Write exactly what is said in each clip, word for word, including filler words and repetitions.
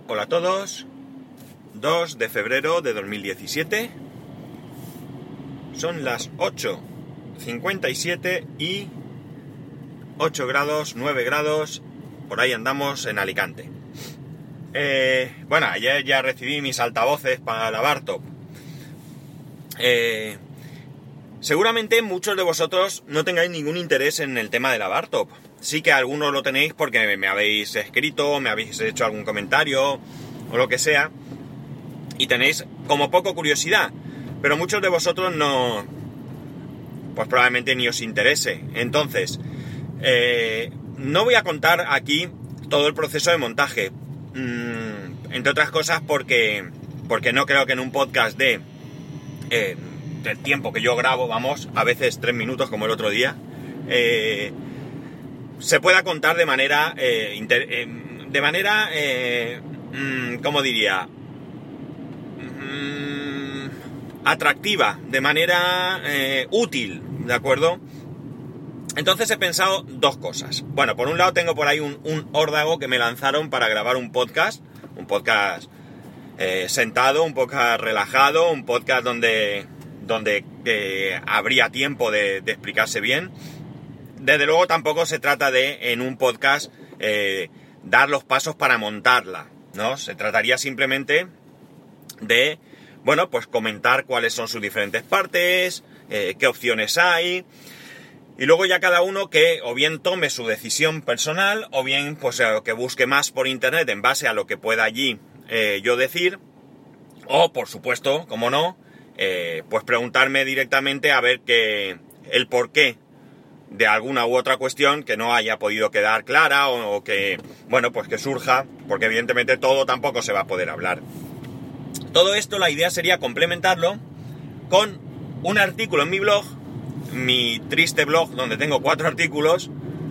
Hola a todos, dos de febrero de dos mil diecisiete, son las ocho cincuenta y siete y ocho grados, nueve grados, por ahí andamos en Alicante. Eh, bueno, ayer ya recibí mis altavoces para la Bartop. Eh, seguramente muchos de vosotros no tengáis ningún interés en el tema de la Bartop. Sí que algunos lo tenéis porque me habéis escrito, me habéis hecho algún comentario o lo que sea, y tenéis como poco curiosidad, pero muchos de vosotros no, pues probablemente ni os interese. Entonces, eh, no voy a contar aquí todo el proceso de montaje, mm, entre otras cosas porque, porque no creo que en un podcast de eh, del tiempo que yo grabo, vamos, a veces tres minutos como el otro día, eh, se pueda contar de manera, eh, inter, eh, de manera, eh, mmm, ¿cómo diría? Mm, atractiva, de manera eh, útil, ¿de acuerdo? Entonces he pensado dos cosas. Bueno, por un lado tengo por ahí un, un órdago que me lanzaron para grabar un podcast, un podcast eh, sentado, un podcast relajado, un podcast donde, donde eh, habría tiempo de, de explicarse bien. Desde luego tampoco se trata de, en un podcast, eh, dar los pasos para montarla, ¿no? Se trataría simplemente de, bueno, pues comentar cuáles son sus diferentes partes, eh, qué opciones hay, y luego ya cada uno que o bien tome su decisión personal, o bien pues eh, que busque más por internet en base a lo que pueda allí eh, yo decir, o por supuesto, como no, eh, pues preguntarme directamente a ver que el porqué de alguna u otra cuestión que no haya podido quedar clara o, o que, bueno, pues que surja, porque evidentemente todo tampoco se va a poder hablar. Todo esto, la idea sería complementarlo con un artículo en mi blog, mi triste blog, donde tengo cuatro artículos,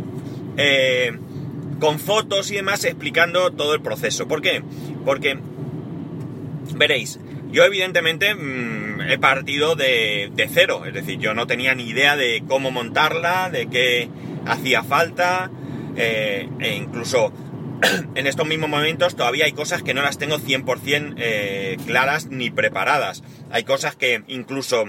eh, con fotos y demás explicando todo el proceso. ¿Por qué? Porque, veréis, yo evidentemente mmm, he partido de, de cero, es decir, yo no tenía ni idea de cómo montarla, de qué hacía falta, eh, e incluso en estos mismos momentos todavía hay cosas que no las tengo cien por ciento eh, claras ni preparadas. Hay cosas que incluso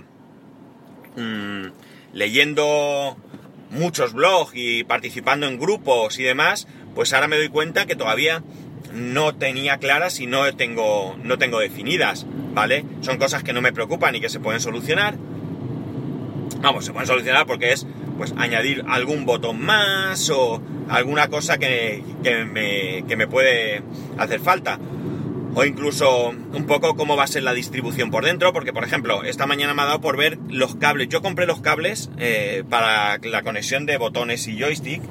mmm, leyendo muchos blogs y participando en grupos y demás, pues ahora me doy cuenta que todavía no tenía claras y no tengo, no tengo definidas, ¿vale? Son cosas que no me preocupan y que se pueden solucionar. Vamos, se pueden solucionar porque es, pues, añadir algún botón más o alguna cosa que, que, me, que me puede hacer falta. O incluso un poco cómo va a ser la distribución por dentro, porque, por ejemplo, esta mañana me ha dado por ver los cables. Yo compré los cables eh, para la conexión de botones y joystick.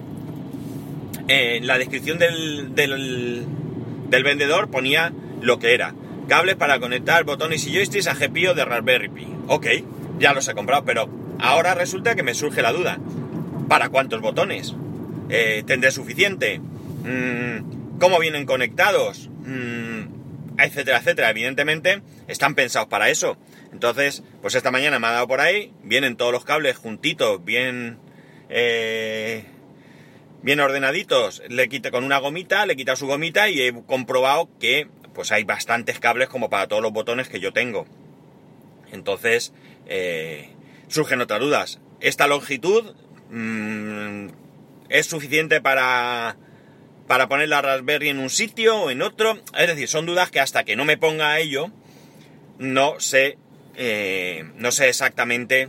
En la descripción del, del, del vendedor ponía lo que era: cables para conectar botones y joysticks a G P I O de Raspberry Pi. Ok, ya los he comprado, pero ahora resulta que me surge la duda: ¿para cuántos botones? Eh, ¿Tendré suficiente? Mm, ¿Cómo vienen conectados? Mm, etcétera, etcétera. Evidentemente están pensados para eso. Entonces, pues esta mañana me ha dado por ahí, vienen todos los cables juntitos, bien... Eh, bien ordenaditos, le quité con una gomita, le he quitado su gomita y he comprobado que pues hay bastantes cables como para todos los botones que yo tengo. Entonces, eh, surgen otras dudas. ¿Esta longitud mmm, es suficiente para, para poner la Raspberry en un sitio o en otro? Es decir, son dudas que hasta que no me ponga a ello, no sé, eh, no sé exactamente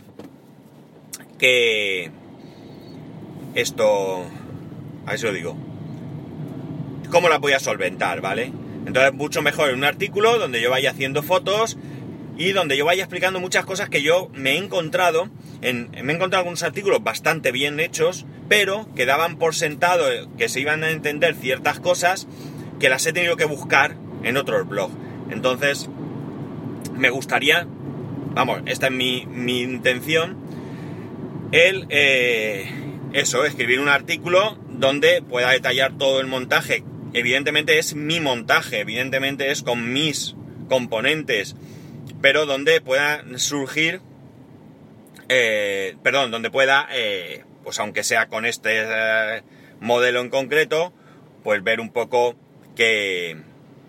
qué esto... A ver si lo digo. ¿Cómo las voy a solventar, vale? Entonces, mucho mejor en un artículo donde yo vaya haciendo fotos y donde yo vaya explicando muchas cosas que yo me he encontrado. En, me he encontrado algunos artículos bastante bien hechos, pero que daban por sentado que se iban a entender ciertas cosas que las he tenido que buscar en otros blogs. Entonces, me gustaría, vamos, esta es mi, mi intención, el, eh, eso, escribir un artículo donde pueda detallar todo el montaje. Evidentemente es mi montaje, evidentemente es con mis componentes, pero donde pueda surgir, eh, perdón, donde pueda, eh, pues aunque sea con este eh, modelo en concreto, pues ver un poco qué,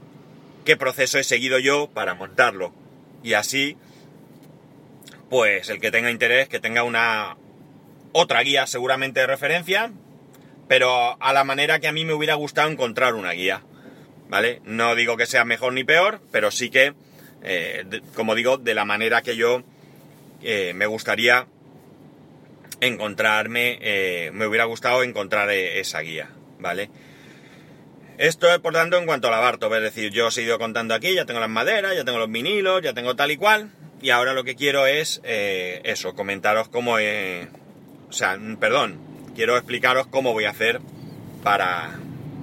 qué proceso he seguido yo para montarlo. Y así, pues el que tenga interés, que tenga una otra guía seguramente de referencia, pero a la manera que a mí me hubiera gustado encontrar una guía, ¿vale? No digo que sea mejor ni peor, pero sí que, eh, de, como digo, de la manera que yo eh, me gustaría encontrarme, eh, me hubiera gustado encontrar eh, esa guía, ¿vale? Esto es, por tanto, en cuanto a la Bartop, es decir, yo os he ido contando aquí, ya tengo las maderas, ya tengo los vinilos, ya tengo tal y cual, y ahora lo que quiero es, eh, eso, comentaros cómo, eh, o sea, perdón, quiero explicaros cómo voy a hacer para,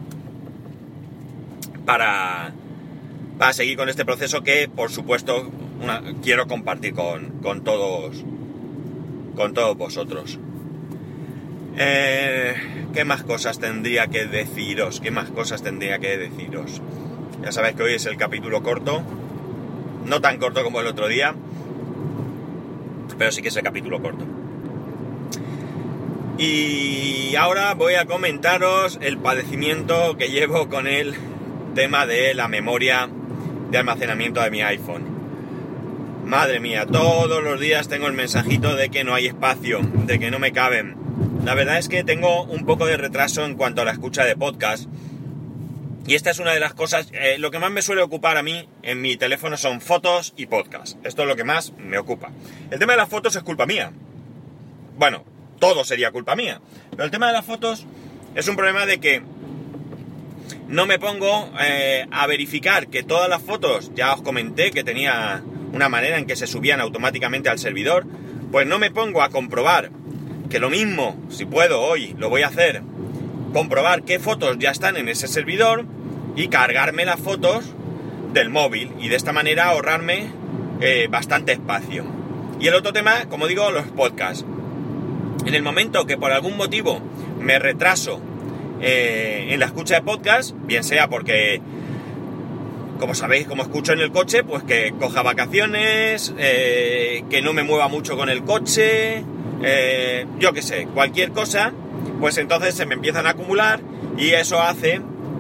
para, para seguir con este proceso que, por supuesto, una, quiero compartir con, con todos, con todos vosotros. Eh, ¿Qué más cosas tendría que deciros? ¿Qué más cosas tendría que deciros? Ya sabéis que hoy es el capítulo corto, no tan corto como el otro día, pero sí que es el capítulo corto. Y ahora voy a comentaros el padecimiento que llevo con el tema de la memoria de almacenamiento de mi iPhone. Madre mía, todos los días tengo el mensajito de que no hay espacio, de que no me caben. La verdad es que tengo un poco de retraso en cuanto a la escucha de podcast. Y esta es una de las cosas, eh, lo que más me suele ocupar a mí en mi teléfono son fotos y podcast. Esto es lo que más me ocupa. El tema de las fotos es culpa mía. Bueno, todo sería culpa mía. Pero el tema de las fotos es un problema de que no me pongo eh, a verificar que todas las fotos, ya os comenté que tenía una manera en que se subían automáticamente al servidor, pues no me pongo a comprobar que lo mismo, si puedo hoy, lo voy a hacer, comprobar qué fotos ya están en ese servidor y cargarme las fotos del móvil y de esta manera ahorrarme eh, bastante espacio. Y el otro tema, como digo, los podcasts. En el momento que por algún motivo me retraso eh, en la escucha de podcast, bien sea porque, como sabéis, como escucho en el coche, pues que coja vacaciones, eh, que no me mueva mucho con el coche, eh, yo qué sé, cualquier cosa, pues entonces se me empiezan a acumular y eso hace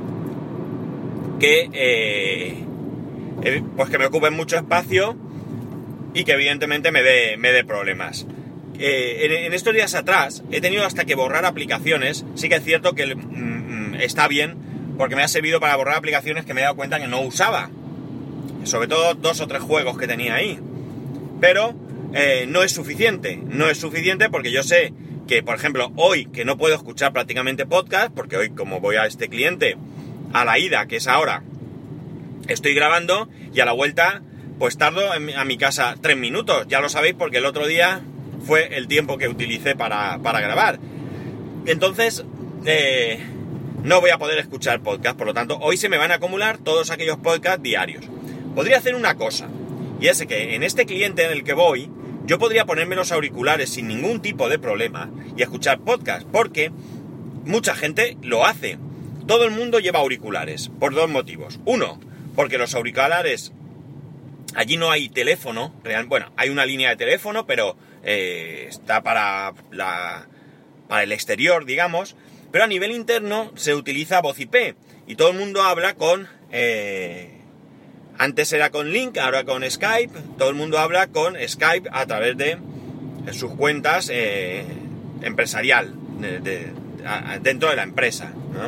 que, eh, eh, pues que me ocupen mucho espacio y que evidentemente me dé, me dé problemas. Eh, en, en estos días atrás he tenido hasta que borrar aplicaciones. Sí que es cierto que mm, está bien porque me ha servido para borrar aplicaciones que me he dado cuenta que no usaba, sobre todo dos o tres juegos que tenía ahí, pero eh, no es suficiente, no es suficiente porque yo sé que, por ejemplo, hoy que no puedo escuchar prácticamente podcast, porque hoy como voy a este cliente a la ida, que es ahora, estoy grabando y a la vuelta pues tardo en, a mi casa tres minutos, ya lo sabéis porque el otro día fue el tiempo que utilicé para, para grabar. Entonces eh, no voy a poder escuchar podcast, por lo tanto hoy se me van a acumular todos aquellos podcasts diarios. Podría hacer una cosa, y es que en este cliente en el que voy yo podría ponerme los auriculares sin ningún tipo de problema y escuchar podcast, porque mucha gente lo hace. Todo el mundo lleva auriculares, por dos motivos. Uno, porque los auriculares, allí no hay teléfono, real, bueno, hay una línea de teléfono, pero eh, está para, la, para el exterior, digamos, pero a nivel interno se utiliza voz I P, y todo el mundo habla con... Eh, Antes era con Link, ahora con Skype. Todo el mundo habla con Skype a través de sus cuentas eh, empresarial, de, de, a, dentro de la empresa, ¿no?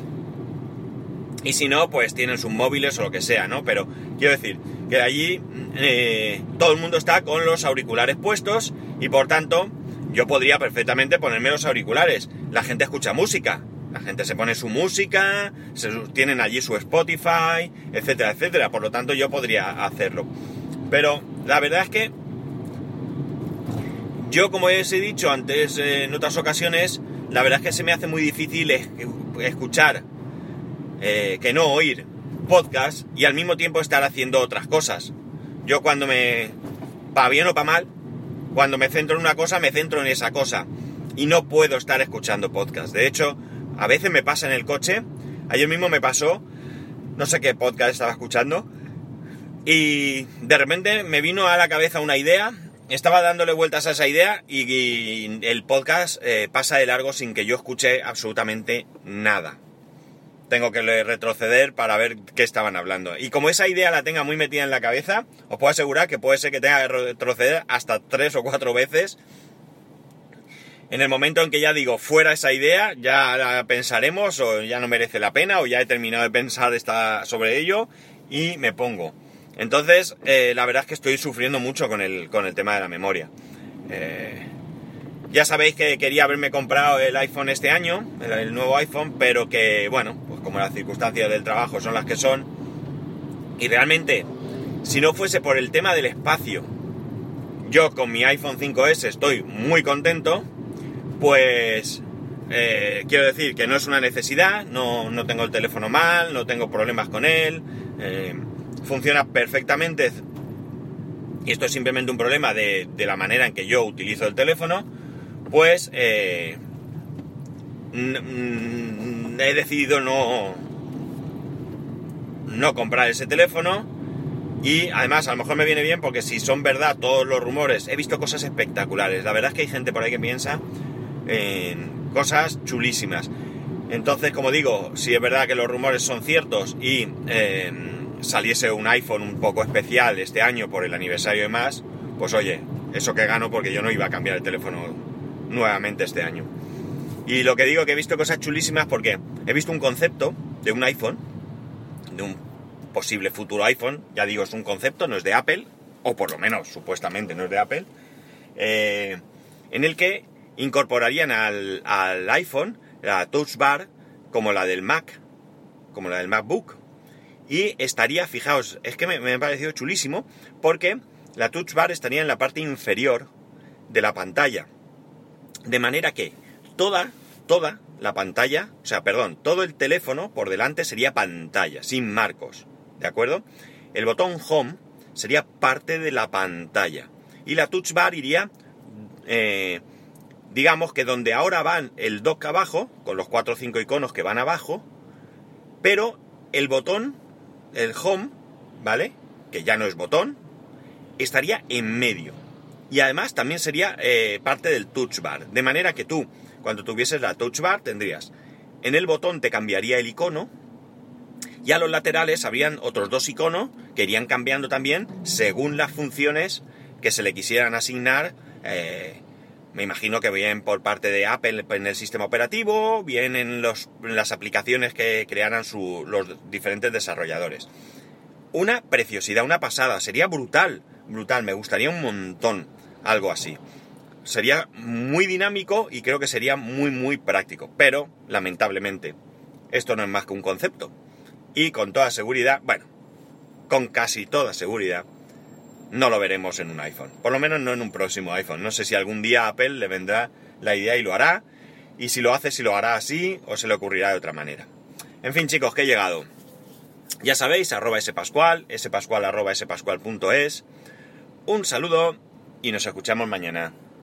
Y si no, pues tienen sus móviles o lo que sea, ¿no? Pero quiero decir que allí eh, todo el mundo está con los auriculares puestos y por tanto yo podría perfectamente ponerme los auriculares. La gente escucha música. La gente se pone su música, se tienen allí su Spotify, etcétera, etcétera. Por lo tanto, yo podría hacerlo. Pero la verdad es que yo, como os he dicho antes eh, en otras ocasiones, la verdad es que se me hace muy difícil es, escuchar, eh, que no oír podcast y al mismo tiempo estar haciendo otras cosas. Yo cuando me... para bien o para mal, cuando me centro en una cosa, me centro en esa cosa. Y no puedo estar escuchando podcast. De hecho... a veces me pasa en el coche, ayer mismo me pasó, no sé qué podcast estaba escuchando, y de repente me vino a la cabeza una idea, estaba dándole vueltas a esa idea y, y el podcast eh, pasa de largo sin que yo escuche absolutamente nada. tengo que retroceder para ver qué estaban hablando. Y como esa idea la tenga muy metida en la cabeza, os puedo asegurar que puede ser que tenga que retroceder hasta tres o cuatro veces. En el momento en que ya digo, fuera esa idea, ya la pensaremos, o ya no merece la pena, o ya he terminado de pensar esta, sobre ello, y me pongo. Entonces, eh, la verdad es que estoy sufriendo mucho con el, con el tema de la memoria. Eh, ya sabéis que quería haberme comprado el iPhone este año, el, el nuevo iPhone, pero que, bueno, pues como las circunstancias del trabajo son las que son, y realmente, si no fuese por el tema del espacio, yo con mi iPhone cinco ese estoy muy contento. Pues eh, quiero decir que no es una necesidad, no, no tengo el teléfono mal, no tengo problemas con él, eh, funciona perfectamente, y esto es simplemente un problema de, de la manera en que yo utilizo el teléfono. Pues eh, n- n- he decidido no, no comprar ese teléfono. Y además a lo mejor me viene bien porque si son verdad todos los rumores, he visto cosas espectaculares. La verdad es que hay gente por ahí que piensa en cosas chulísimas. Entonces, como digo, si es verdad que los rumores son ciertos y eh, saliese un iPhone un poco especial este año por el aniversario y más, pues oye, eso que gano, porque yo no iba a cambiar el teléfono nuevamente este año. Y lo que digo, que he visto cosas chulísimas porque he visto un concepto de un iPhone, de un posible futuro iPhone, ya digo, es un concepto, no es de Apple, o por lo menos supuestamente no es de Apple, eh, en el que incorporarían al, al iPhone la Touch Bar como la del Mac, como la del MacBook, y estaría, fijaos, es que me, me ha parecido chulísimo, porque la Touch Bar estaría en la parte inferior de la pantalla, de manera que toda, toda la pantalla, o sea, perdón, todo el teléfono por delante sería pantalla, sin marcos, ¿de acuerdo? El botón Home sería parte de la pantalla, y la Touch Bar iría... Eh, digamos que donde ahora van el dock abajo, con los cuatro o cinco iconos que van abajo, pero el botón, el Home, ¿vale? Que ya no es botón, estaría en medio. Y además también sería eh, parte del Touch Bar. De manera que tú, cuando tuvieses la Touch Bar, tendrías, en el botón te cambiaría el icono, y a los laterales habrían otros dos iconos que irían cambiando también según las funciones que se le quisieran asignar. eh, Me imagino que bien por parte de Apple en el sistema operativo, bien en, los, en las aplicaciones que crearan su, los diferentes desarrolladores. Una preciosidad, una pasada, sería brutal, brutal, me gustaría un montón algo así. Sería muy dinámico y creo que sería muy muy práctico, pero lamentablemente esto no es más que un concepto. Y con toda seguridad, bueno, con casi toda seguridad, no lo veremos en un iPhone. Por lo menos no en un próximo iPhone. No sé si algún día a Apple le vendrá la idea y lo hará. Y si lo hace, si lo hará así o se le ocurrirá de otra manera. En fin, chicos, que he llegado. Ya sabéis, arroba spascual, spascual arroba spascual punto es. Un saludo y nos escuchamos mañana.